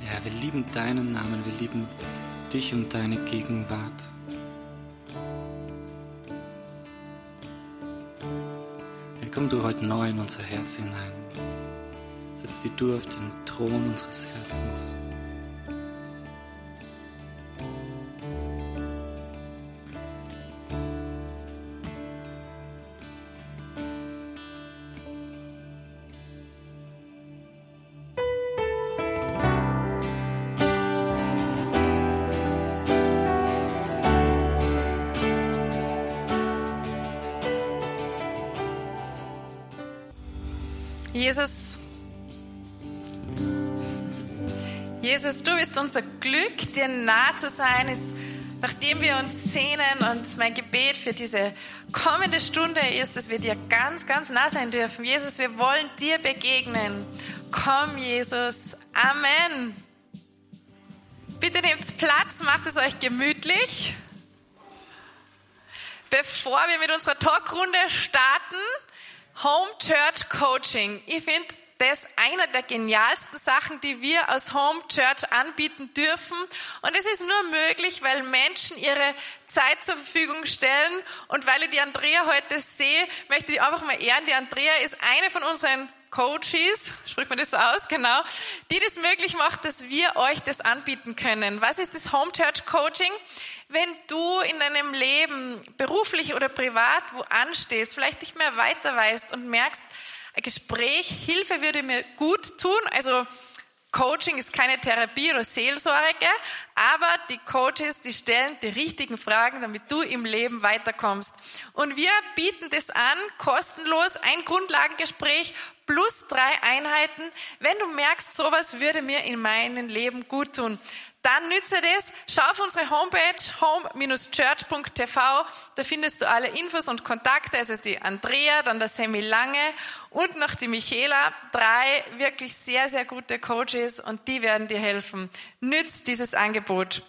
Ja, wir lieben deinen Namen, wir lieben dich und deine Gegenwart. Ja, komm du heute neu in unser Herz hinein. Setz dich du auf den Thron unseres Herzens. Jesus, du bist unser Glück, dir nah zu sein, ist, nachdem wir uns sehnen. Und mein Gebet für diese kommende Stunde ist, dass wir dir ganz, ganz nah sein dürfen. Jesus, wir wollen dir begegnen. Komm, Jesus. Amen. Bitte nehmt Platz, macht es euch gemütlich. Bevor wir mit unserer Talkrunde starten, Home Church Coaching. Ich finde, das ist eine der genialsten Sachen, die wir als Home Church anbieten dürfen. Und es ist nur möglich, weil Menschen ihre Zeit zur Verfügung stellen. Und weil ich die Andrea heute sehe, möchte ich einfach mal ehren. Die Andrea ist eine von unseren Coaches, spricht man das so aus? Genau. Die das möglich macht, dass wir euch das anbieten können. Was ist das Home Church Coaching? Wenn du in deinem Leben beruflich oder privat wo anstehst, vielleicht nicht mehr weiter weißt und merkst, ein Gespräch, Hilfe würde mir gut tun. Also Coaching ist keine Therapie oder Seelsorge, aber die Coaches, die stellen die richtigen Fragen, damit du im Leben weiterkommst. Und wir bieten das an, kostenlos, ein Grundlagengespräch plus 3 Einheiten. Wenn du merkst, sowas würde mir in meinem Leben gut tun, dann nütze das. Schau auf unsere Homepage home-church.tv, da findest du alle Infos und Kontakte. Also die Andrea, dann der Semi Lange und noch die Michaela. 3 wirklich sehr, sehr gute Coaches und die werden dir helfen. Nütz dieses Angebot.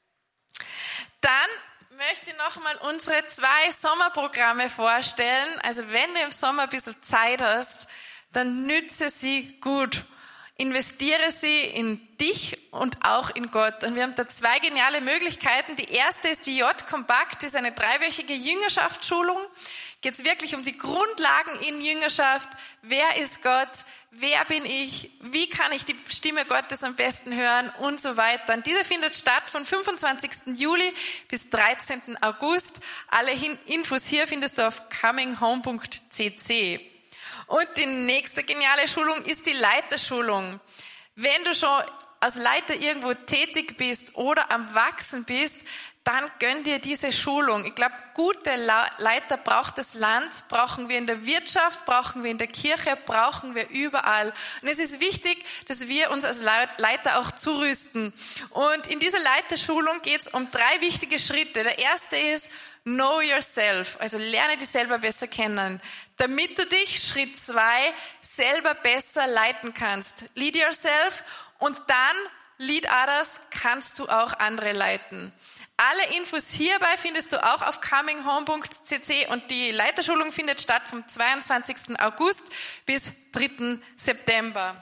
Dann möchte ich nochmal unsere 2 Sommerprogramme vorstellen. Also wenn du im Sommer ein bisschen Zeit hast, dann nütze sie gut. Investiere sie in dich und auch in Gott. Und wir haben da 2 geniale Möglichkeiten. Die erste ist die J-Compact, das ist eine 3-wöchige Jüngerschaftsschulung. Geht es wirklich um die Grundlagen in Jüngerschaft. Wer ist Gott? Wer bin ich? Wie kann ich die Stimme Gottes am besten hören? Und so weiter. Und diese findet statt von 25. Juli bis 13. August. Alle Infos hier findest du auf cominghome.cc. Und die nächste geniale Schulung ist die Leiterschulung. Wenn du schon als Leiter irgendwo tätig bist oder am Wachsen bist, dann gönn dir diese Schulung. Ich glaube, gute Leiter braucht das Land, brauchen wir in der Wirtschaft, brauchen wir in der Kirche, brauchen wir überall. Und es ist wichtig, dass wir uns als Leiter auch zurüsten. Und in dieser Leiterschulung geht es um 3 wichtige Schritte. Der erste ist Know yourself, also lerne dich selber besser kennen, damit du dich, Schritt 2, selber besser leiten kannst. Lead yourself und dann, lead others, kannst du auch andere leiten. Alle Infos hierbei findest du auch auf cominghome.cc und die Leiterschulung findet statt vom 22. August bis 3. September.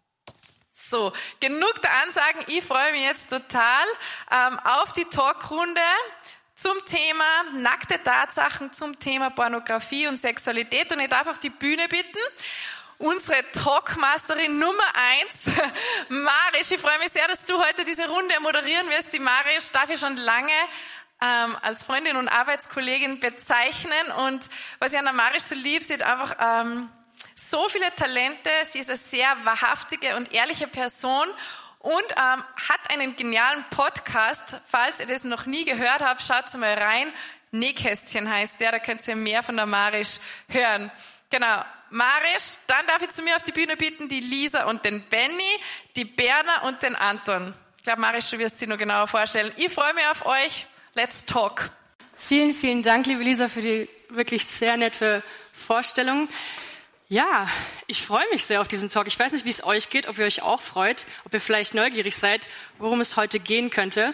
So, genug der Ansagen. Ich freue mich jetzt total auf die Talkrunde zum Thema nackte Tatsachen, zum Thema Pornografie und Sexualität. Und ich darf auf die Bühne bitten unsere Talkmasterin Nummer 1, Marisch. Ich freue mich sehr, dass du heute diese Runde moderieren wirst. Die Marisch darf ich schon lange als Freundin und Arbeitskollegin bezeichnen. Und was ich an der Marisch so lieb, sie hat einfach so viele Talente. Sie ist eine sehr wahrhaftige und ehrliche Person. Und hat einen genialen Podcast. Falls ihr das noch nie gehört habt, schaut mal rein. Nähkästchen heißt der, da könnt ihr mehr von der Marisch hören. Genau, Marisch, dann darf ich zu mir auf die Bühne bitten die Lisa und den Benny, die Berna und den Anton. Ich glaube, Marisch, du wirst sie noch genauer vorstellen. Ich freue mich auf euch. Let's talk. Vielen, vielen Dank, liebe Lisa, für die wirklich sehr nette Vorstellung. Ja, ich freue mich sehr auf diesen Talk. Ich weiß nicht, wie es euch geht, ob ihr euch auch freut, ob ihr vielleicht neugierig seid, worum es heute gehen könnte.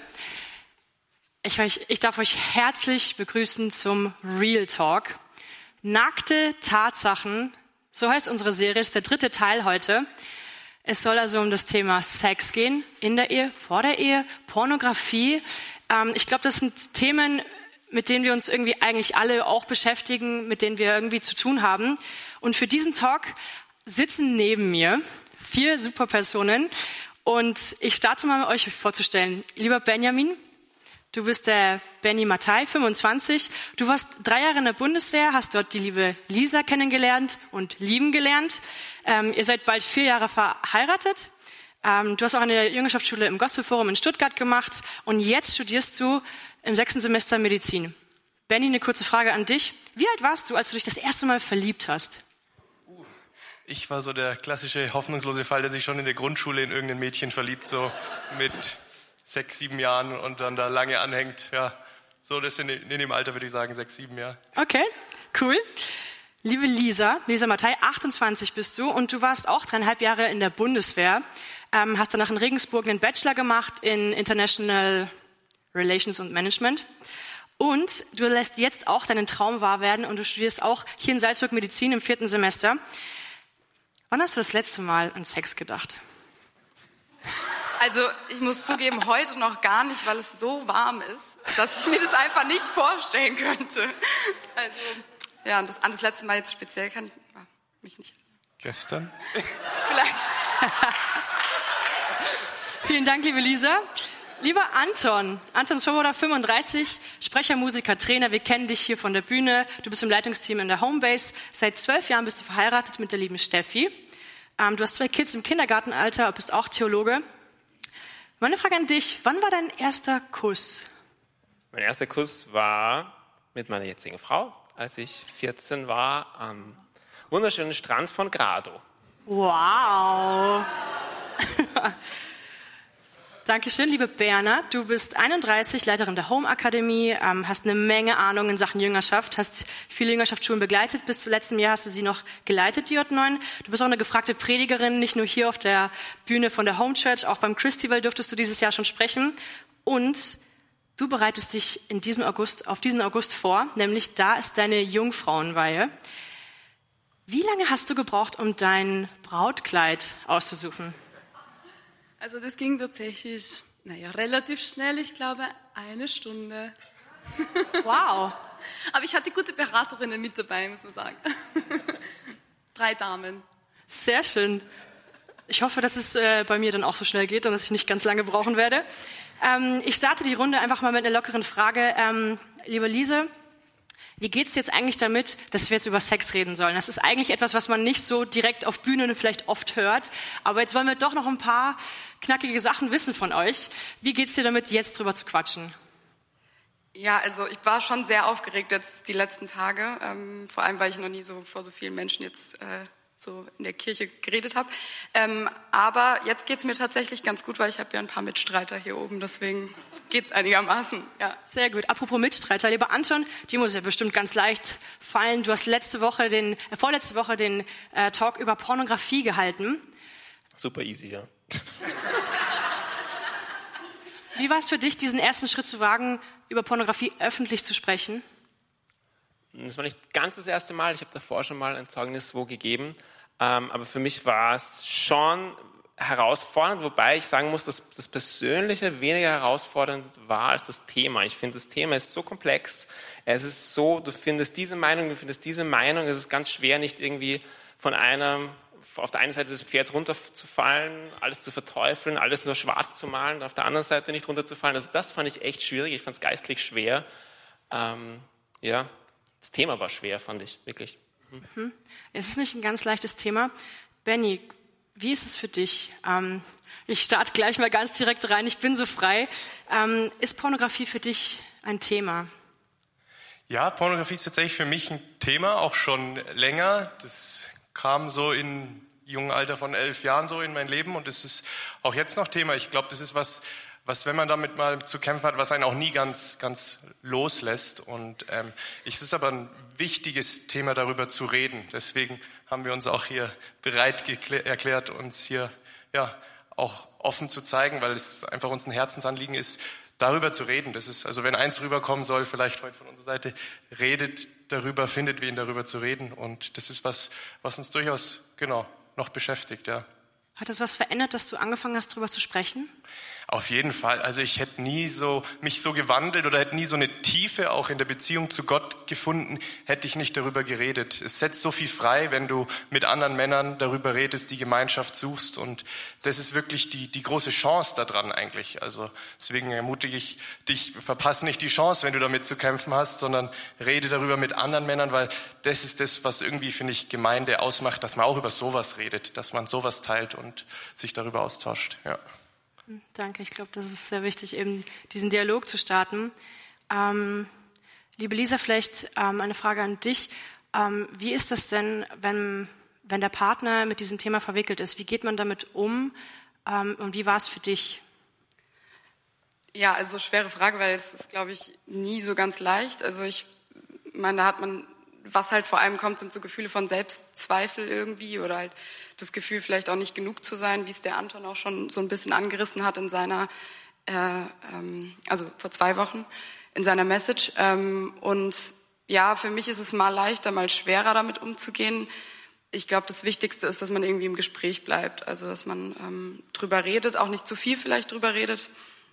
Ich darf euch herzlich begrüßen zum Real Talk. Nackte Tatsachen, so heißt unsere Serie, ist der 3. Teil heute. Es soll also um das Thema Sex gehen, in der Ehe, vor der Ehe, Pornografie. Ich glaube, das sind Themen, mit denen wir uns irgendwie eigentlich alle auch beschäftigen, mit denen wir irgendwie zu tun haben. Und für diesen Talk sitzen neben mir 4 super Personen. Und ich starte mal, euch vorzustellen. Lieber Benjamin, du bist der Benny Mattei, 25. Du warst 3 Jahre in der Bundeswehr, hast dort die liebe Lisa kennengelernt und lieben gelernt. Ihr seid bald 4 Jahre verheiratet. Du hast auch eine Jüngerschaftsschule im Gospelforum in Stuttgart gemacht. Und jetzt studierst du im 6. Semester Medizin. Benny, eine kurze Frage an dich. Wie alt warst du, als du dich das erste Mal verliebt hast? Ich war so der klassische hoffnungslose Fall, der sich schon in der Grundschule in irgendein Mädchen verliebt, so mit 6, 7 Jahren und dann da lange anhängt. Ja, so das in dem Alter würde ich sagen, 6, 7 Jahre. Okay, cool. Liebe Lisa Mattei, 28 bist du und du warst auch 3,5 Jahre in der Bundeswehr, hast danach in Regensburg einen Bachelor gemacht in International Relations und Management und du lässt jetzt auch deinen Traum wahr werden und du studierst auch hier in Salzburg Medizin im 4. Semester. Wann hast du das letzte Mal an Sex gedacht? Also ich muss zugeben, heute noch gar nicht, weil es so warm ist, dass ich mir das einfach nicht vorstellen könnte. Also ja, und an das letzte Mal jetzt speziell kann ich mich nicht erinnern. Gestern? Vielleicht. Vielen Dank, liebe Lisa. Lieber Anton Svoboda, 35, Sprecher, Musiker, Trainer. Wir kennen dich hier von der Bühne. Du bist im Leitungsteam in der Homebase. Seit 12 Jahren bist du verheiratet mit der lieben Steffi. Du hast 2 Kids im Kindergartenalter, bist auch Theologe. Meine Frage an dich, wann war dein erster Kuss? Mein erster Kuss war mit meiner jetzigen Frau, als ich 14 war, am wunderschönen Strand von Grado. Wow. Dankeschön, liebe Berna. Du bist 31, Leiterin der Home Akademie, hast eine Menge Ahnung in Sachen Jüngerschaft, hast viele Jüngerschaftsschulen begleitet. Bis zu letztem Jahr hast du sie noch geleitet, die J9. Du bist auch eine gefragte Predigerin, nicht nur hier auf der Bühne von der Home Church, auch beim Christival durftest du dieses Jahr schon sprechen. Und du bereitest dich auf diesen August vor, nämlich da ist deine Jungfrauenweihe. Wie lange hast du gebraucht, um dein Brautkleid auszusuchen? Also das ging tatsächlich, relativ schnell. Ich glaube, 1 Stunde. Wow. Aber ich hatte gute Beraterinnen mit dabei, muss man sagen. 3 Damen. Sehr schön. Ich hoffe, dass es bei mir dann auch so schnell geht und dass ich nicht ganz lange brauchen werde. Ich starte die Runde einfach mal mit einer lockeren Frage. Liebe Lise, wie geht's dir jetzt eigentlich damit, dass wir jetzt über Sex reden sollen? Das ist eigentlich etwas, was man nicht so direkt auf Bühnen vielleicht oft hört. Aber jetzt wollen wir doch noch ein paar knackige Sachen wissen von euch. Wie geht's dir damit, jetzt drüber zu quatschen? Ja, also ich war schon sehr aufgeregt jetzt die letzten Tage. Vor allem, weil ich noch nie so vor so vielen Menschen jetzt so in der Kirche geredet habe. Aber jetzt geht's mir tatsächlich ganz gut, weil ich habe ja ein paar Mitstreiter hier oben, deswegen geht's einigermaßen. Ja. Sehr gut. Apropos Mitstreiter, lieber Anton, dir muss es ja bestimmt ganz leicht fallen. Du hast vorletzte Woche den Talk über Pornografie gehalten. Super easy, ja. Wie war es für dich, diesen ersten Schritt zu wagen, über Pornografie öffentlich zu sprechen? Das war nicht ganz das erste Mal. Ich habe davor schon mal ein Zeugnis wo gegeben. Aber für mich war es schon herausfordernd, wobei ich sagen muss, dass das Persönliche weniger herausfordernd war als das Thema. Ich finde, das Thema ist so komplex. Es ist so, du findest diese Meinung, du findest diese Meinung. Es ist ganz schwer, nicht irgendwie auf der einen Seite des Pferds runterzufallen, alles zu verteufeln, alles nur schwarz zu malen, und auf der anderen Seite nicht runterzufallen. Also das fand ich echt schwierig. Ich fand es geistlich schwer. Ja. Das Thema war schwer, fand ich, wirklich. Es ist nicht ein ganz leichtes Thema. Benny, wie ist es für dich? Ich starte gleich mal ganz direkt rein, ich bin so frei. Ist Pornografie für dich ein Thema? Ja, Pornografie ist tatsächlich für mich ein Thema, auch schon länger. Das kam so in jungen Alter von 11 Jahren so in mein Leben und es ist auch jetzt noch Thema. Ich glaube, das ist was, wenn man damit mal zu kämpfen hat, was einen auch nie ganz loslässt. Und es ist aber ein wichtiges Thema, darüber zu reden. Deswegen haben wir uns auch hier bereit erklärt, uns hier auch offen zu zeigen, weil es einfach uns ein Herzensanliegen ist, darüber zu reden. Das ist, also wenn eins rüberkommen soll, vielleicht heute von unserer Seite, redet darüber, findet wen darüber zu reden. Und das ist was uns durchaus, noch beschäftigt, ja. Hat das was verändert, dass du angefangen hast, darüber zu sprechen? Auf jeden Fall. Also ich hätte nie mich so gewandelt oder hätte nie so eine Tiefe auch in der Beziehung zu Gott gefunden, hätte ich nicht darüber geredet. Es setzt so viel frei, wenn du mit anderen Männern darüber redest, die Gemeinschaft suchst, und das ist wirklich die große Chance daran eigentlich. Also deswegen ermutige ich dich, verpasse nicht die Chance, wenn du damit zu kämpfen hast, sondern rede darüber mit anderen Männern, weil das ist das, was irgendwie, finde ich, Gemeinde ausmacht, dass man auch über sowas redet, dass man sowas teilt und sich darüber austauscht. Ja. Danke, ich glaube, das ist sehr wichtig, eben diesen Dialog zu starten. Liebe Lisa, vielleicht eine Frage an dich. Wie ist das denn, wenn der Partner mit diesem Thema verwickelt ist? Wie geht man damit um und wie war es für dich? Ja, also schwere Frage, weil es ist, glaube ich, nie so ganz leicht. Also ich meine, da hat man, was halt vor allem kommt, sind so Gefühle von Selbstzweifel irgendwie oder halt das Gefühl, vielleicht auch nicht genug zu sein, wie es der Anton auch schon so ein bisschen angerissen hat in seiner, also vor 2 Wochen, in seiner Message. Und ja, für mich ist es mal leichter, mal schwerer damit umzugehen. Ich glaube, das Wichtigste ist, dass man irgendwie im Gespräch bleibt. Also, dass man drüber redet, auch nicht zu viel vielleicht drüber redet.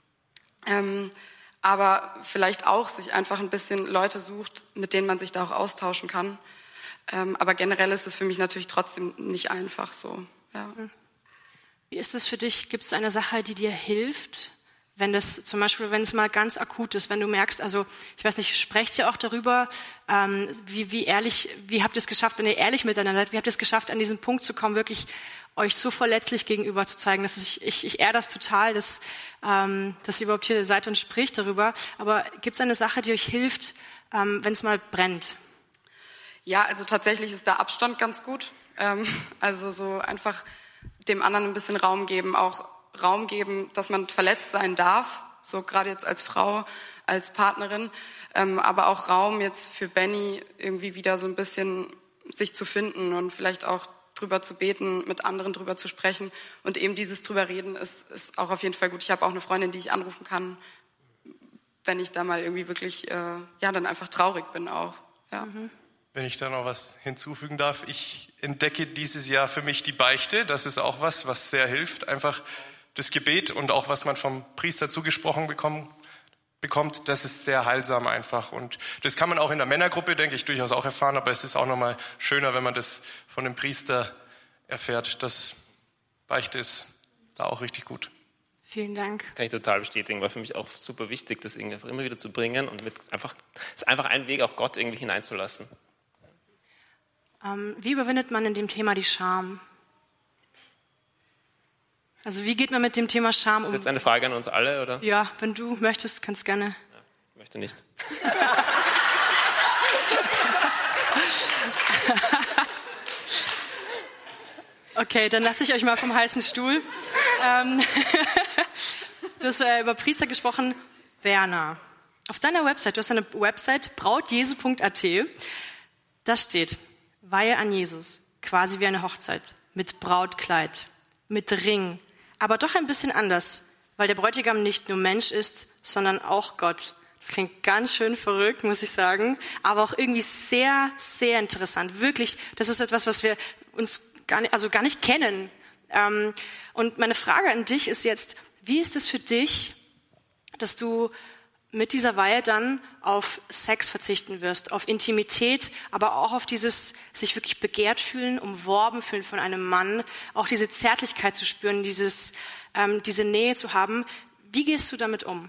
Aber vielleicht auch sich einfach ein bisschen Leute sucht, mit denen man sich da auch austauschen kann. Aber generell ist es für mich natürlich trotzdem nicht einfach so. Ja. Wie ist es für dich? Gibt es eine Sache, die dir hilft, wenn das zum Beispiel, wenn es mal ganz akut ist, wenn du merkst, also ich weiß nicht, sprecht ihr auch darüber, wie habt ihr es geschafft, wenn ihr ehrlich miteinander seid, wie habt ihr es geschafft, an diesen Punkt zu kommen, wirklich euch so verletzlich gegenüber zu zeigen, dass ich ehre das total, dass ihr überhaupt hier seid und spricht darüber. Aber gibt es eine Sache, die euch hilft, wenn es mal brennt? Ja, also tatsächlich ist der Abstand ganz gut. Also so einfach dem anderen ein bisschen Raum geben, auch Raum geben, dass man verletzt sein darf, so gerade jetzt als Frau, als Partnerin, aber auch Raum jetzt für Benny irgendwie wieder so ein bisschen sich zu finden und vielleicht auch drüber zu beten, mit anderen drüber zu sprechen und eben dieses drüber reden ist auch auf jeden Fall gut. Ich habe auch eine Freundin, die ich anrufen kann, wenn ich da mal irgendwie wirklich dann einfach traurig bin auch. Ja. Wenn ich da noch was hinzufügen darf, ich entdecke dieses Jahr für mich die Beichte. Das ist auch was sehr hilft. Einfach das Gebet und auch was man vom Priester zugesprochen bekommt, das ist sehr heilsam einfach. Und das kann man auch in der Männergruppe, denke ich, durchaus auch erfahren. Aber es ist auch nochmal schöner, wenn man das von dem Priester erfährt. Das Beichte ist da auch richtig gut. Vielen Dank. Kann ich total bestätigen, war für mich auch super wichtig, das irgendwie einfach immer wieder zu bringen und es ist einfach ein Weg, auch Gott irgendwie hineinzulassen. Wie überwindet man in dem Thema die Scham? Also wie geht man mit dem Thema Scham um? Ist jetzt eine Frage an uns alle, oder? Ja, wenn du möchtest, kannst gerne. Ja, ich möchte nicht. Okay, dann lasse ich euch mal vom heißen Stuhl. Du hast über Priester gesprochen. Werner, auf deiner Website, du hast eine Website, brautjesu.at, da steht: Weihe an Jesus, quasi wie eine Hochzeit, mit Brautkleid, mit Ring, aber doch ein bisschen anders, weil der Bräutigam nicht nur Mensch ist, sondern auch Gott. Das klingt ganz schön verrückt, muss ich sagen, aber auch irgendwie sehr, sehr interessant. Wirklich, das ist etwas, was wir uns gar nicht kennen. Und meine Frage an dich ist jetzt, wie ist es für dich, dass du mit dieser Weihe dann auf Sex verzichten wirst, auf Intimität, aber auch auf dieses sich wirklich begehrt fühlen, umworben fühlen von einem Mann, auch diese Zärtlichkeit zu spüren, diese Nähe zu haben. Wie gehst du damit um?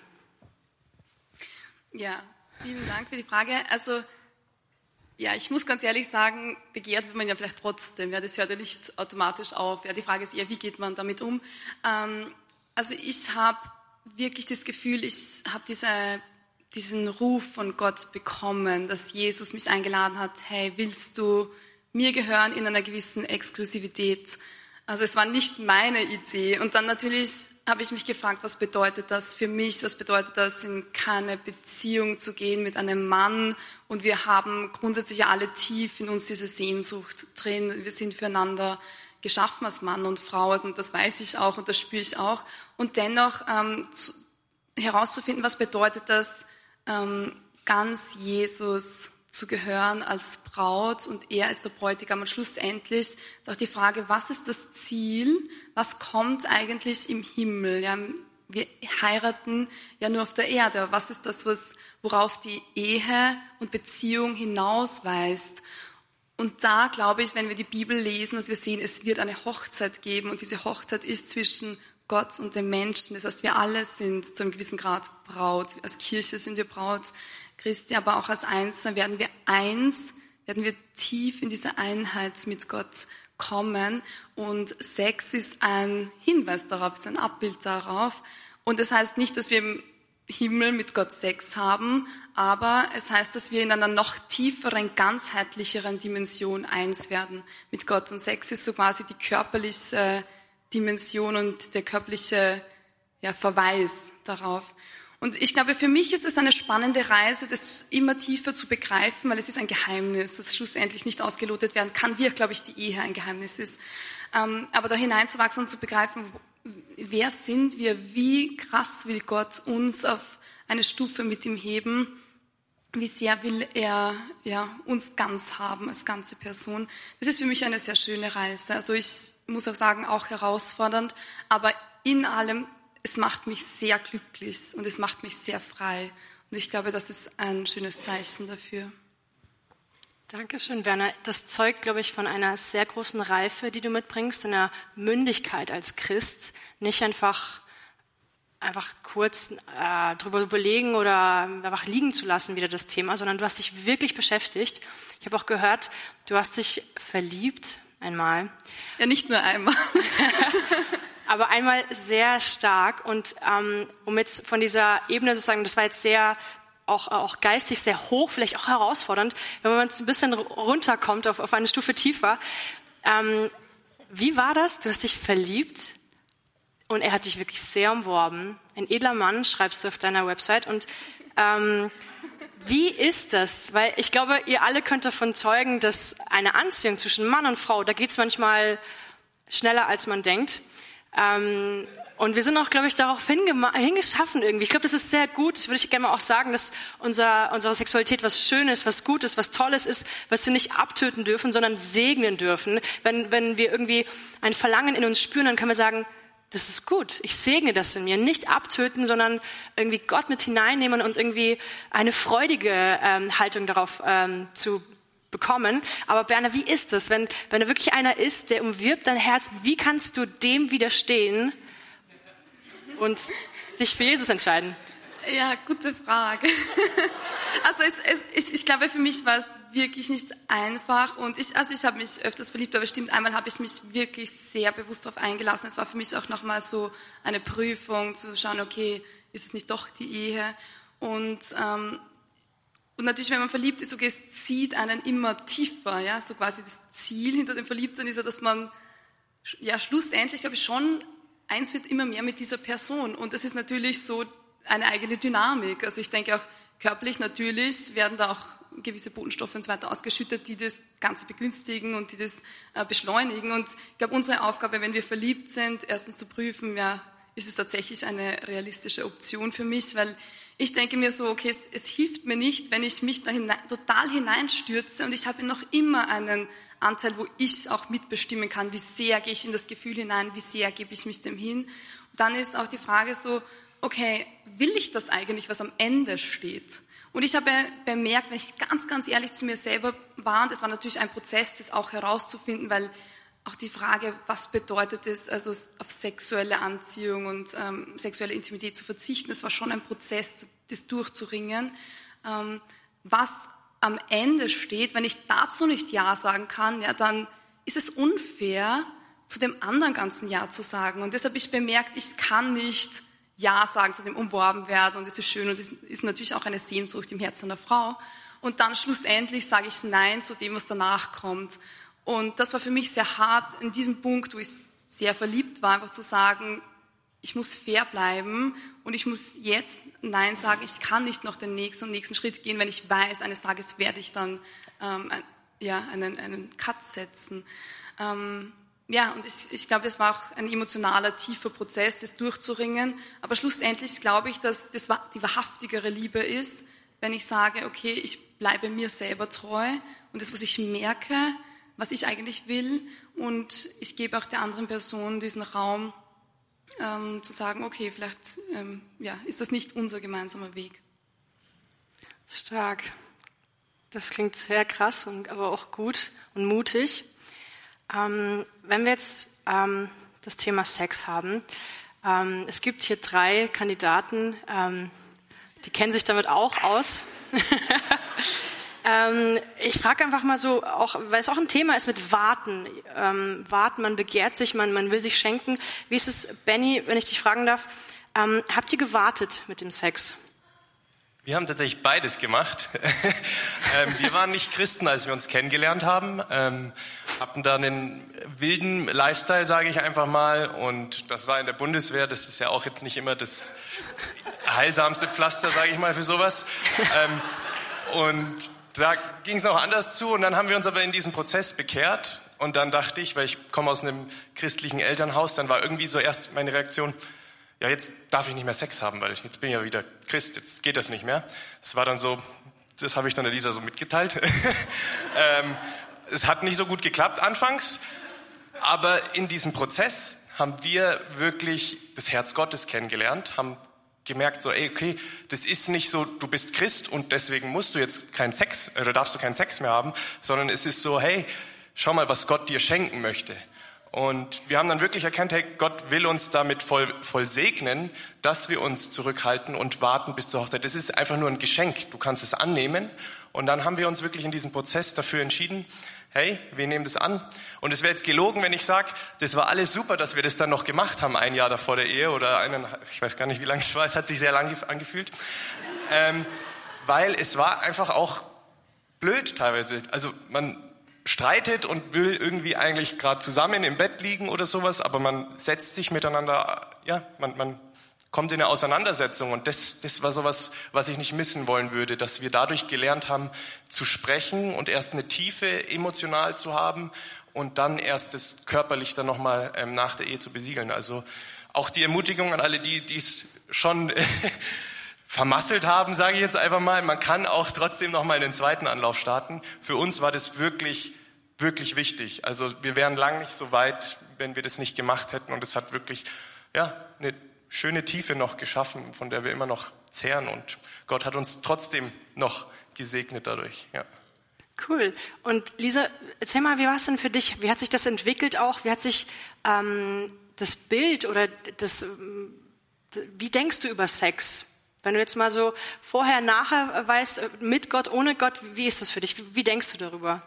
Ja, vielen Dank für die Frage. Also, ja, ich muss ganz ehrlich sagen, begehrt wird man ja vielleicht trotzdem. Ja, das hört ja nicht automatisch auf. Ja, die Frage ist eher, wie geht man damit um? Also ich habe wirklich das Gefühl, ich habe diesen Ruf von Gott bekommen, dass Jesus mich eingeladen hat, hey, willst du mir gehören in einer gewissen Exklusivität? Also es war nicht meine Idee. Und dann natürlich habe ich mich gefragt, was bedeutet das für mich? Was bedeutet das, in keine Beziehung zu gehen mit einem Mann? Und wir haben grundsätzlich ja alle tief in uns diese Sehnsucht drin. Wir sind füreinander geschaffen als Mann und Frau. Also, und das weiß ich auch und das spüre ich auch. Und dennoch herauszufinden, was bedeutet das, ganz Jesus zu gehören als Braut und er ist der Bräutigam. Und schlussendlich ist auch die Frage, was ist das Ziel? Was kommt eigentlich im Himmel? Ja, wir heiraten ja nur auf der Erde. Was ist das, worauf die Ehe und Beziehung hinausweist? Und da glaube ich, wenn wir die Bibel lesen, dass wir sehen, es wird eine Hochzeit geben und diese Hochzeit ist zwischen Gott und den Menschen. Das heißt, wir alle sind zu einem gewissen Grad Braut. Als Kirche sind wir Braut Christi, aber auch als Einzelne werden wir tief in diese Einheit mit Gott kommen. Und Sex ist ein Hinweis darauf, ist ein Abbild darauf. Und das heißt nicht, dass wir im Himmel mit Gott Sex haben, aber es heißt, dass wir in einer noch tieferen, ganzheitlicheren Dimension eins werden mit Gott. Und Sex ist so quasi die körperliche Dimension und der körperliche Verweis darauf. Und ich glaube, für mich ist es eine spannende Reise, das immer tiefer zu begreifen, weil es ist ein Geheimnis, das schlussendlich nicht ausgelotet werden kann, wie, glaube ich, die Ehe ein Geheimnis ist. Aber da hineinzuwachsen und zu begreifen, wer sind wir, wie krass will Gott uns auf eine Stufe mit ihm heben, wie sehr will er uns ganz haben als ganze Person. Das ist für mich eine sehr schöne Reise. Also ich muss auch sagen, auch herausfordernd, aber in allem, es macht mich sehr glücklich und es macht mich sehr frei. Und ich glaube, das ist ein schönes Zeichen dafür. Dankeschön, Werner. Das zeugt, glaube ich, von einer sehr großen Reife, die du mitbringst, einer Mündigkeit als Christ. Nicht einfach kurz drüber überlegen oder einfach liegen zu lassen, wieder das Thema, sondern du hast dich wirklich beschäftigt. Ich habe auch gehört, du hast dich verliebt einmal. Ja, nicht nur einmal. Aber einmal sehr stark und um jetzt von dieser Ebene sozusagen, das war jetzt sehr auch geistig sehr hoch, vielleicht auch herausfordernd, wenn man jetzt ein bisschen runterkommt auf eine Stufe tiefer. Wie war das? Du hast dich verliebt und er hat dich wirklich sehr umworben. Ein edler Mann, schreibst du auf deiner Website. Und wie ist das? Weil ich glaube, ihr alle könnt davon zeugen, dass eine Anziehung zwischen Mann und Frau, da geht es manchmal schneller, als man denkt. Und wir sind auch, glaube ich, darauf hingeschaffen irgendwie. Ich glaube, das ist sehr gut. Das würde ich gerne mal auch sagen, dass unsere Sexualität was Schönes, was Gutes, was Tolles ist, was wir nicht abtöten dürfen, sondern segnen dürfen. Wenn wir irgendwie ein Verlangen in uns spüren, dann können wir sagen, das ist gut. Ich segne das in mir. Nicht abtöten, sondern irgendwie Gott mit hineinnehmen und irgendwie eine freudige Haltung darauf zu bekommen. Aber Berner, wie ist das, wenn da wirklich einer ist, der umwirbt dein Herz? Wie kannst du dem widerstehen und dich für Jesus entscheiden? Ja, gute Frage. Also ich glaube, für mich war es wirklich nicht einfach. Und ich habe mich öfters verliebt, aber stimmt, einmal habe ich mich wirklich sehr bewusst darauf eingelassen. Es war für mich auch nochmal so eine Prüfung, zu schauen, okay, ist es nicht doch die Ehe? Und natürlich, wenn man verliebt ist, okay, es zieht einen immer tiefer. Ja? So quasi das Ziel hinter dem Verliebtsein ist ja, dass man schlussendlich, glaube ich, schon eins wird immer mehr mit dieser Person. Und das ist natürlich so eine eigene Dynamik. Also ich denke auch körperlich natürlich werden da auch gewisse Botenstoffe und so weiter ausgeschüttet, die das Ganze begünstigen und die das beschleunigen. Und ich glaube, unsere Aufgabe, wenn wir verliebt sind, erstens zu prüfen, ist es tatsächlich eine realistische Option für mich, weil ich denke mir so, okay, es hilft mir nicht, wenn ich mich da total hineinstürze und ich habe noch immer einen Anteil, wo ich auch mitbestimmen kann, wie sehr gehe ich in das Gefühl hinein, wie sehr gebe ich mich dem hin. Und dann ist auch die Frage so, okay, will ich das eigentlich, was am Ende steht? Und ich habe bemerkt, wenn ich ganz, ganz ehrlich zu mir selber war, und das war natürlich ein Prozess, das auch herauszufinden, weil auch die Frage, was bedeutet es, also auf sexuelle Anziehung und sexuelle Intimität zu verzichten, das war schon ein Prozess, das durchzuringen. Was am Ende steht, wenn ich dazu nicht Ja sagen kann, ja, dann ist es unfair, zu dem anderen ganzen Ja zu sagen. Und deshalb habe ich bemerkt, ich kann nicht Ja sagen zu dem umworben werden und es ist schön und es ist natürlich auch eine Sehnsucht im Herzen einer Frau. Und dann schlussendlich sage ich Nein zu dem, was danach kommt. Und das war für mich sehr hart in diesem Punkt, wo ich sehr verliebt war, einfach zu sagen, ich muss fair bleiben und ich muss jetzt Nein sagen, ich kann nicht noch den nächsten Schritt gehen, wenn ich weiß, eines Tages werde ich dann einen Cut setzen. Und ich glaube, das war auch ein emotionaler, tiefer Prozess, das durchzuringen. Aber schlussendlich glaube ich, dass das die wahrhaftigere Liebe ist, wenn ich sage, okay, ich bleibe mir selber treu und das, was ich merke, was ich eigentlich will, und ich gebe auch der anderen Person diesen Raum, zu sagen, okay, vielleicht ist das nicht unser gemeinsamer Weg. Stark. Das klingt sehr krass, aber auch gut und mutig. Wenn wir jetzt das Thema Sex haben, es gibt hier 3 Kandidaten, die kennen sich damit auch aus. Ich frage einfach mal so, auch, weil es auch ein Thema ist mit Warten. Warten, man begehrt sich, man will sich schenken. Wie ist es, Benny, wenn ich dich fragen darf, habt ihr gewartet mit dem Sex? Wir haben tatsächlich beides gemacht. Wir waren nicht Christen, als wir uns kennengelernt haben, hatten da einen wilden Lifestyle, sage ich einfach mal, und das war in der Bundeswehr. Das ist ja auch jetzt nicht immer das heilsamste Pflaster, sage ich mal, für sowas. Und da ging es noch anders zu, und dann haben wir uns aber in diesem Prozess bekehrt, und dann dachte ich, weil ich komme aus einem christlichen Elternhaus, dann war irgendwie so erst meine Reaktion, ja, jetzt darf ich nicht mehr Sex haben, weil jetzt bin ich ja wieder Christ, jetzt geht das nicht mehr. Das war dann so, das habe ich dann der Lisa so mitgeteilt. Es hat nicht so gut geklappt anfangs, aber in diesem Prozess haben wir wirklich das Herz Gottes kennengelernt, haben gemerkt so, okay, das ist nicht so, du bist Christ und deswegen musst du jetzt keinen Sex oder darfst du keinen Sex mehr haben, sondern es ist so, hey, schau mal, was Gott dir schenken möchte. Und wir haben dann wirklich erkannt, hey, Gott will uns damit voll segnen, dass wir uns zurückhalten und warten bis zur Hochzeit. Das ist einfach nur ein Geschenk, du kannst es annehmen. Und dann haben wir uns wirklich in diesem Prozess dafür entschieden, hey, wir nehmen das an. Und es wäre jetzt gelogen, wenn ich sage, das war alles super, dass wir das dann noch gemacht haben, ein Jahr davor der Ehe oder ich weiß gar nicht, wie lange es war, es hat sich sehr lang angefühlt. Weil es war einfach auch blöd teilweise. Also man streitet und will irgendwie eigentlich gerade zusammen im Bett liegen oder sowas, aber man setzt sich miteinander, ja, man kommt in eine Auseinandersetzung, und das war sowas, was ich nicht missen wollen würde, dass wir dadurch gelernt haben zu sprechen und erst eine Tiefe emotional zu haben und dann erst das körperlich dann nochmal nach der Ehe zu besiegeln. Also auch die Ermutigung an alle, die es schon vermasselt haben, sage ich jetzt einfach mal, man kann auch trotzdem nochmal einen zweiten Anlauf starten. Für uns war das wirklich, wirklich wichtig. Also wir wären lang nicht so weit, wenn wir das nicht gemacht hätten, und es hat wirklich eine schöne Tiefe noch geschaffen, von der wir immer noch zehren, und Gott hat uns trotzdem noch gesegnet dadurch. Ja. Cool. Und Lisa, erzähl mal, wie war es denn für dich? Wie hat sich das entwickelt auch? Wie hat sich das Bild oder wie denkst du über Sex? Wenn du jetzt mal so vorher, nachher weißt, mit Gott, ohne Gott, wie ist das für dich? Wie denkst du darüber?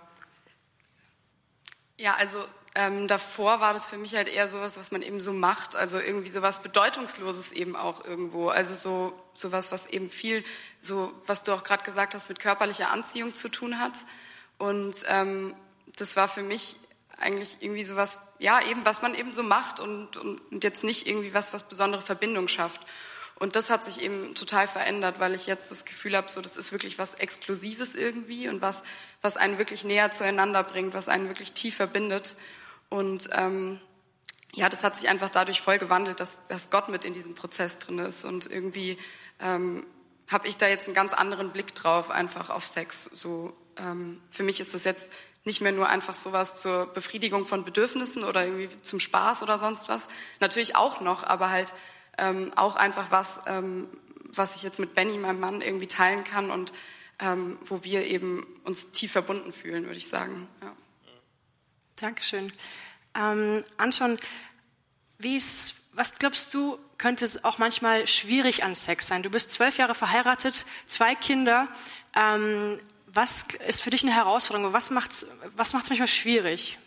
Ja, also davor war das für mich halt eher sowas, was man eben so macht, also irgendwie sowas Bedeutungsloses eben auch irgendwo, also sowas, was eben viel, so was du auch gerade gesagt hast, mit körperlicher Anziehung zu tun hat, und das war für mich eigentlich irgendwie sowas, ja eben, was man eben so macht und jetzt nicht irgendwie was besondere Verbindung schafft. Und das hat sich eben total verändert, weil ich jetzt das Gefühl habe, so das ist wirklich was Exklusives irgendwie und was einen wirklich näher zueinander bringt, was einen wirklich tief verbindet. Und das hat sich einfach dadurch voll gewandelt, dass Gott mit in diesem Prozess drin ist. Und irgendwie habe ich da jetzt einen ganz anderen Blick drauf, einfach auf Sex. So für mich ist das jetzt nicht mehr nur einfach sowas zur Befriedigung von Bedürfnissen oder irgendwie zum Spaß oder sonst was. Natürlich auch noch, aber halt auch einfach was ich jetzt mit Benny, meinem Mann, irgendwie teilen kann und wo wir eben uns tief verbunden fühlen, würde ich sagen. Ja. Dankeschön. Anton, was glaubst du, könnte es auch manchmal schwierig an Sex sein? Du bist 12 Jahre verheiratet, 2 Kinder. Was ist für dich eine Herausforderung? Was macht's manchmal schwierig?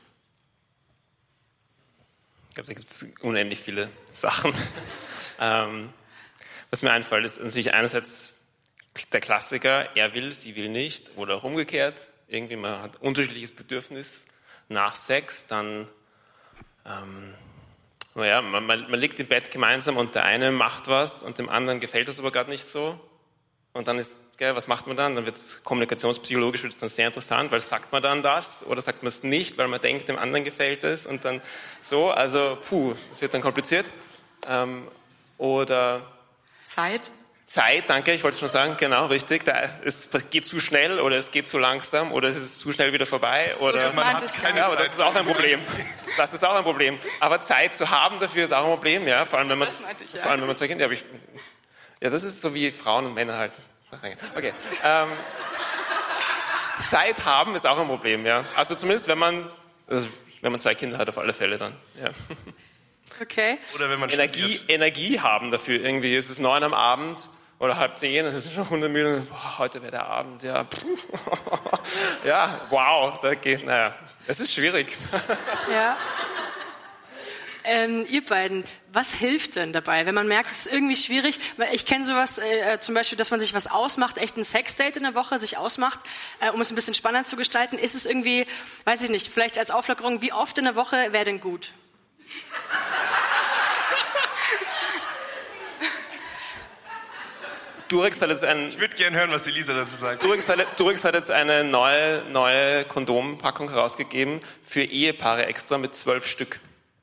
Ich glaube, da gibt es unendlich viele Sachen. Was mir einfällt, ist natürlich einerseits der Klassiker, er will, sie will nicht, oder auch umgekehrt. Irgendwie man hat unterschiedliches Bedürfnis nach Sex, dann man liegt im Bett gemeinsam und der eine macht was und dem anderen gefällt das aber gerade nicht so. Und dann ist, was macht man dann? Dann wird es kommunikationspsychologisch dann sehr interessant, weil sagt man dann das oder sagt man es nicht, weil man denkt, dem anderen gefällt es und dann so, also das wird dann kompliziert. Oder Zeit. Zeit, danke, ich wollte es schon sagen, genau, richtig. Es geht zu schnell oder es geht zu langsam oder es ist zu schnell wieder vorbei. So, oder das meinte ich gar nicht. ja, oder das ist auch ein Problem. Das ist auch ein Problem. Aber Zeit zu haben dafür ist auch ein Problem, ja. Vor allem, wenn man zwei Kinder hat. Ja, das ist so wie Frauen und Männer halt. Okay. Zeit haben ist auch ein Problem, ja. Also zumindest, wenn man 2 Kinder hat, auf alle Fälle dann, ja. Okay. Oder wenn man Energie haben dafür. Irgendwie ist es 9 am Abend oder 9:30, dann ist es schon hundemüde. Heute wäre der Abend, ja. Ja, wow, da geht, naja, es ist schwierig. Ja. Ihr beiden, was hilft denn dabei, wenn man merkt, es ist irgendwie schwierig? Ich kenne sowas, zum Beispiel, dass man sich was ausmacht, echt ein Sexdate in der Woche sich ausmacht, um es ein bisschen spannender zu gestalten. Ist es irgendwie, weiß ich nicht, vielleicht als Auflockerung, wie oft in der Woche wäre denn gut? Durex hat jetzt Ich würde gerne hören, was die Lisa dazu sagt. Durex hat jetzt eine neue Kondompackung herausgegeben für Ehepaare extra mit 12 Stück.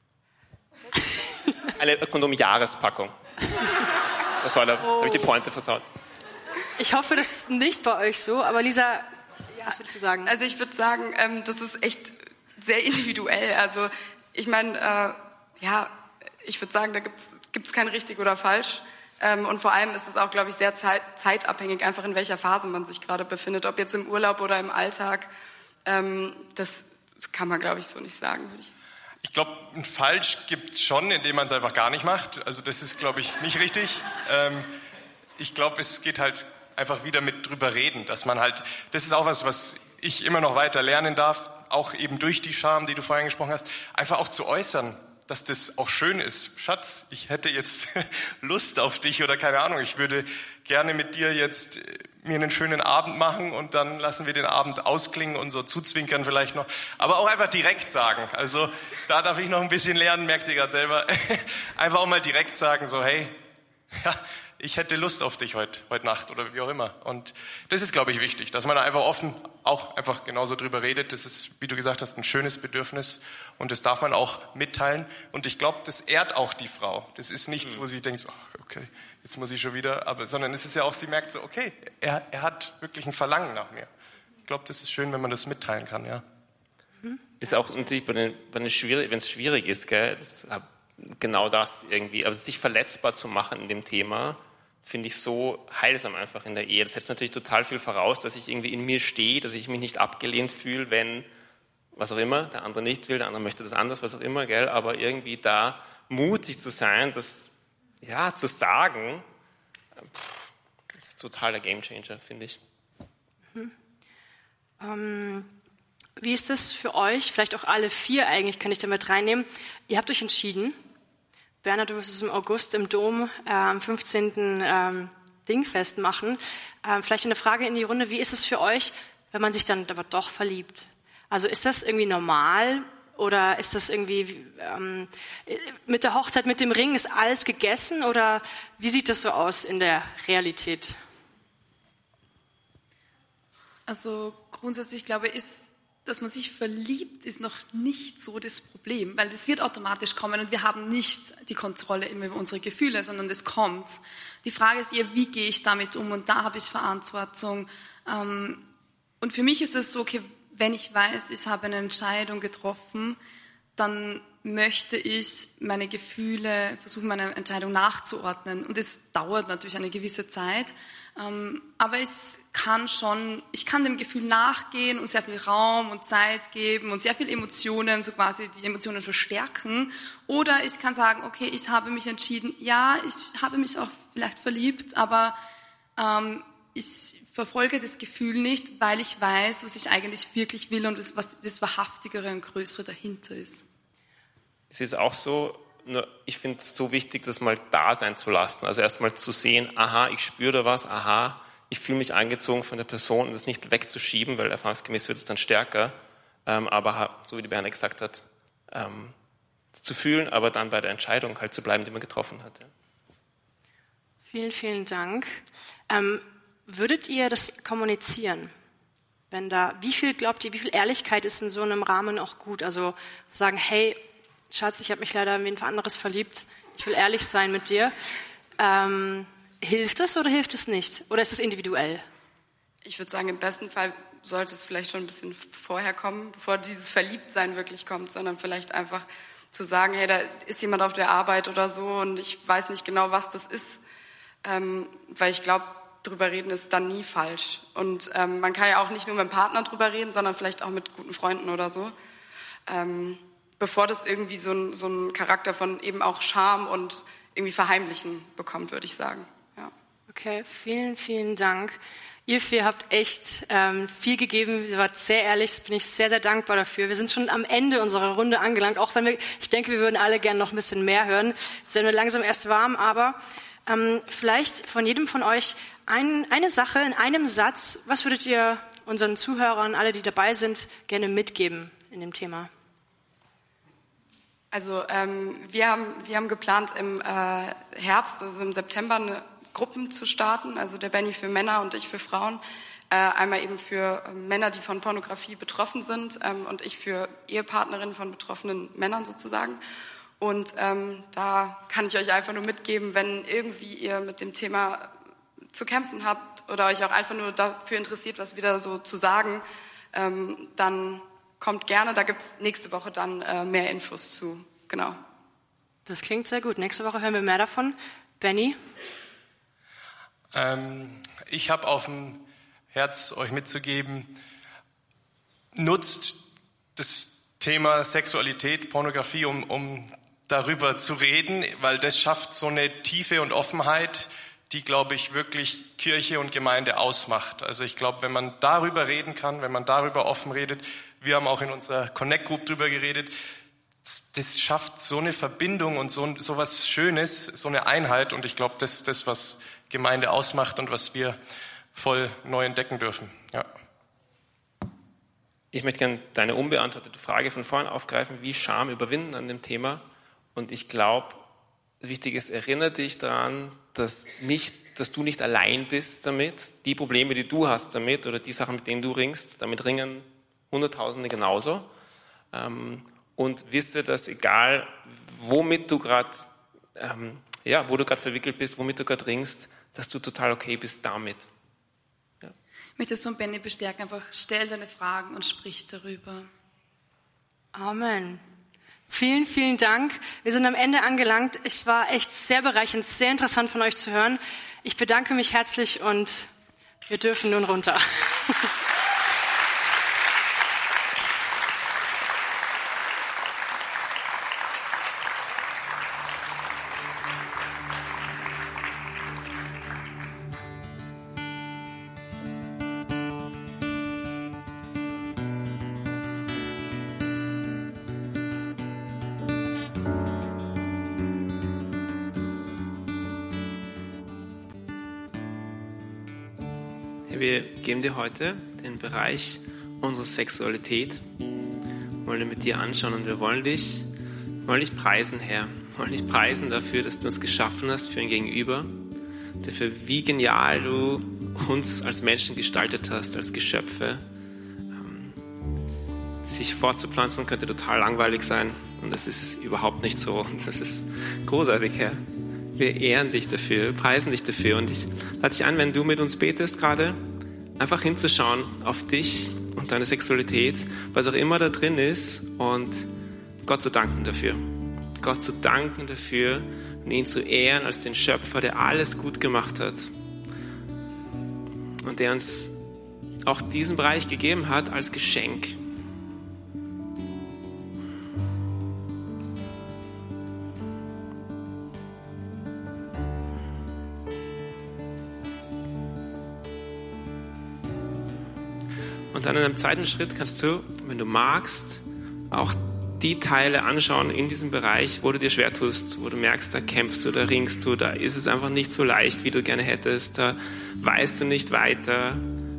Eine Kondom-Jahrespackung. Das habe ich die Pointe versaut. Ich hoffe, das ist nicht bei euch so, aber Lisa, was willst du sagen? Also ich würde sagen, das ist echt sehr individuell. Also ich meine, ich würde sagen, da gibt's kein richtig oder falsch. Und vor allem ist es auch, glaube ich, sehr zeitabhängig, einfach in welcher Phase man sich gerade befindet. Ob jetzt im Urlaub oder im Alltag, das kann man, glaube ich, so nicht sagen, würde ich. Ich glaube, ein Falsch gibt es schon, indem man es einfach gar nicht macht. Also das ist, glaube ich, nicht richtig. Ich glaube, es geht halt einfach wieder mit drüber reden, dass man halt, das ist auch was ich immer noch weiter lernen darf, auch eben durch die Scham, die du vorhin gesprochen hast, einfach auch zu äußern, dass das auch schön ist. Schatz, ich hätte jetzt Lust auf dich oder keine Ahnung, ich würde gerne mit dir jetzt mir einen schönen Abend machen und dann lassen wir den Abend ausklingen und so zuzwinkern vielleicht noch. Aber auch einfach direkt sagen. Also da darf ich noch ein bisschen lernen, merkt ihr gerade selber. Einfach auch mal direkt sagen, so hey, ja, ich hätte Lust auf dich heute Nacht oder wie auch immer. Und das ist, glaube ich, wichtig, dass man da einfach offen auch einfach genauso drüber redet. Das ist, wie du gesagt hast, ein schönes Bedürfnis und das darf man auch mitteilen. Und ich glaube, das ehrt auch die Frau. Das ist nichts, wo sie denkt, oh, okay, jetzt muss ich schon wieder, sondern es ist ja auch, sie merkt so, okay, er hat wirklich ein Verlangen nach mir. Ich glaube, das ist schön, wenn man das mitteilen kann, ja. Ist auch natürlich, wenn es schwierig ist, gell, genau das irgendwie, aber sich verletzbar zu machen in dem Thema, finde ich so heilsam einfach in der Ehe. Das setzt natürlich total viel voraus, dass ich irgendwie in mir stehe, dass ich mich nicht abgelehnt fühle, wenn, was auch immer, der andere nicht will, der andere möchte das anders, was auch immer, gell, aber irgendwie da mutig zu sein, das, ja, zu sagen, das ist total der Gamechanger, finde ich. Wie ist das für euch, vielleicht auch alle 4 eigentlich, kann ich damit reinnehmen, ihr habt euch entschieden, Bernhard, du wirst es im August im Dom am 15. Dingfest machen. Vielleicht eine Frage in die Runde, wie ist es für euch, wenn man sich dann aber doch verliebt? Also ist das irgendwie normal oder ist das irgendwie mit der Hochzeit, mit dem Ring, ist alles gegessen oder wie sieht das so aus in der Realität? Also grundsätzlich glaube ich, dass man sich verliebt, ist noch nicht so das Problem, weil das wird automatisch kommen und wir haben nicht die Kontrolle immer über unsere Gefühle, sondern das kommt. Die Frage ist eher, wie gehe ich damit um und da habe ich Verantwortung. Und für mich ist es so, okay, wenn ich weiß, ich habe eine Entscheidung getroffen, dann möchte ich meine Gefühle versuchen, meiner Entscheidung nachzuordnen. Und es dauert natürlich eine gewisse Zeit, aber ich kann dem Gefühl nachgehen und sehr viel Raum und Zeit geben und sehr viel Emotionen, so quasi die Emotionen verstärken. Oder ich kann sagen, okay, ich habe mich entschieden, ja, ich habe mich auch vielleicht verliebt, aber ich verfolge das Gefühl nicht, weil ich weiß, was ich eigentlich wirklich will und was das Wahrhaftigere und Größere dahinter ist. Es ist auch so, nur ich finde es so wichtig, das mal da sein zu lassen. Also erstmal zu sehen, aha, ich spüre da was, aha, ich fühle mich angezogen von der Person und das nicht wegzuschieben, weil erfahrungsgemäß wird es dann stärker. Aber so wie die Berne gesagt hat, zu fühlen, aber dann bei der Entscheidung halt zu bleiben, die man getroffen hat. Ja. Vielen, vielen Dank. Würdet ihr das kommunizieren? Wie viel glaubt ihr, wie viel Ehrlichkeit ist in so einem Rahmen auch gut? Also sagen, hey, Schatz, ich habe mich leider in wen anderes verliebt. Ich will ehrlich sein mit dir. Hilft es oder hilft es nicht? Oder ist es individuell? Ich würde sagen, im besten Fall sollte es vielleicht schon ein bisschen vorher kommen, bevor dieses Verliebtsein wirklich kommt, sondern vielleicht einfach zu sagen, hey, da ist jemand auf der Arbeit oder so und ich weiß nicht genau, was das ist, weil ich glaube, drüber reden ist dann nie falsch. Und man kann ja auch nicht nur mit dem Partner drüber reden, sondern vielleicht auch mit guten Freunden oder so, bevor das irgendwie so ein Charakter von eben auch Scham und irgendwie Verheimlichen bekommt, würde ich sagen. Ja. Okay, vielen, vielen Dank. Ihr vier habt echt viel gegeben. Ihr wart sehr ehrlich, bin ich sehr, sehr dankbar dafür. Wir sind schon am Ende unserer Runde angelangt, auch wenn ich denke, wir würden alle gerne noch ein bisschen mehr hören. Jetzt werden wir langsam erst warm, aber vielleicht von jedem von euch eine Sache in einem Satz. Was würdet ihr unseren Zuhörern, alle, die dabei sind, gerne mitgeben in dem Thema? Also wir haben geplant im Herbst, also im September, eine Gruppen zu starten, also der Benny für Männer und ich für Frauen. Einmal eben für Männer, die von Pornografie betroffen sind und ich für Ehepartnerinnen von betroffenen Männern sozusagen. Und da kann ich euch einfach nur mitgeben, wenn irgendwie ihr mit dem Thema zu kämpfen habt oder euch auch einfach nur dafür interessiert, was wieder so zu sagen, dann kommt gerne. Da gibt es nächste Woche dann mehr Infos zu. Genau. Das klingt sehr gut. Nächste Woche hören wir mehr davon. Benny? Ich habe auf dem Herz, euch mitzugeben, nutzt das Thema Sexualität, Pornografie, um darüber zu reden, weil das schafft so eine Tiefe und Offenheit, die, glaube ich, wirklich Kirche und Gemeinde ausmacht. Also ich glaube, wenn man darüber reden kann, wenn man darüber offen redet, wir haben auch in unserer Connect Group drüber geredet, das schafft so eine Verbindung und so was Schönes, so eine Einheit. Und ich glaube, das ist das, was Gemeinde ausmacht und was wir voll neu entdecken dürfen. Ja. Ich möchte gerne deine unbeantwortete Frage von vorhin aufgreifen, wie Scham überwinden an dem Thema. Und ich glaube, wichtig ist, erinnere dich daran, dass du nicht allein bist damit. Die Probleme, die du hast damit oder die Sachen, mit denen du ringst, damit ringen Hunderttausende genauso. Und wisse, dass egal, womit du gerade, wo du gerade verwickelt bist, womit du gerade ringst, dass du total okay bist damit. Ja. Ich möchte das von Benny bestärken, einfach stell deine Fragen und sprich darüber. Amen. Vielen, vielen Dank. Wir sind am Ende angelangt. Es war echt sehr bereichernd, sehr interessant von euch zu hören. Ich bedanke mich herzlich und wir dürfen nun runter. Wir geben dir heute den Bereich unserer Sexualität, wollen wir mit dir anschauen und wir wollen dich preisen, Herr. Wir wollen dich preisen dafür, dass du uns geschaffen hast für ein Gegenüber, dafür, wie genial du uns als Menschen gestaltet hast, als Geschöpfe. Sich fortzupflanzen könnte total langweilig sein und das ist überhaupt nicht so. Das ist großartig, Herr. Wir ehren dich dafür, wir preisen dich dafür und ich lade dich ein, wenn du mit uns betest gerade, einfach hinzuschauen auf dich und deine Sexualität, was auch immer da drin ist und Gott zu danken dafür. Gott zu danken dafür und ihn zu ehren als den Schöpfer, der alles gut gemacht hat und der uns auch diesen Bereich gegeben hat als Geschenk. Und dann in einem zweiten Schritt kannst du, wenn du magst, auch die Teile anschauen in diesem Bereich, wo du dir schwer tust, wo du merkst, da kämpfst du, da ringst du, da ist es einfach nicht so leicht, wie du gerne hättest, da weißt du nicht weiter.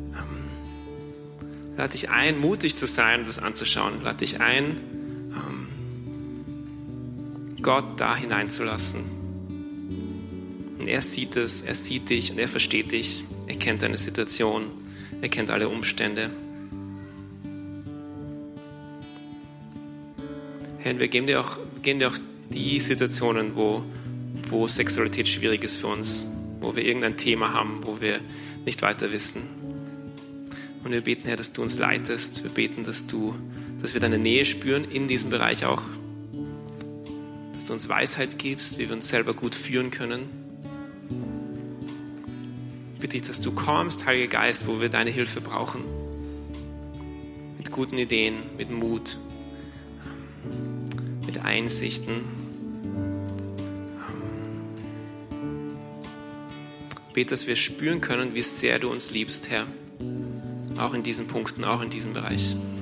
Lade dich ein, mutig zu sein und das anzuschauen. Lade dich ein, Gott da hineinzulassen. Und er sieht es, er sieht dich und er versteht dich. Er kennt deine Situation, er kennt alle Umstände. Herr, wir geben dir auch die Situationen, wo Sexualität schwierig ist für uns. wo wir irgendein Thema haben, wo wir nicht weiter wissen. Und wir beten, Herr, dass du uns leitest. Wir beten, dass wir deine Nähe spüren in diesem Bereich auch. Dass du uns Weisheit gibst, wie wir uns selber gut führen können. Bitte ich, dass du kommst, Heiliger Geist, wo wir deine Hilfe brauchen. Mit guten Ideen, mit Mut, mit Einsichten. Bitte, dass wir spüren können, wie sehr du uns liebst, Herr. Auch in diesen Punkten, auch in diesem Bereich.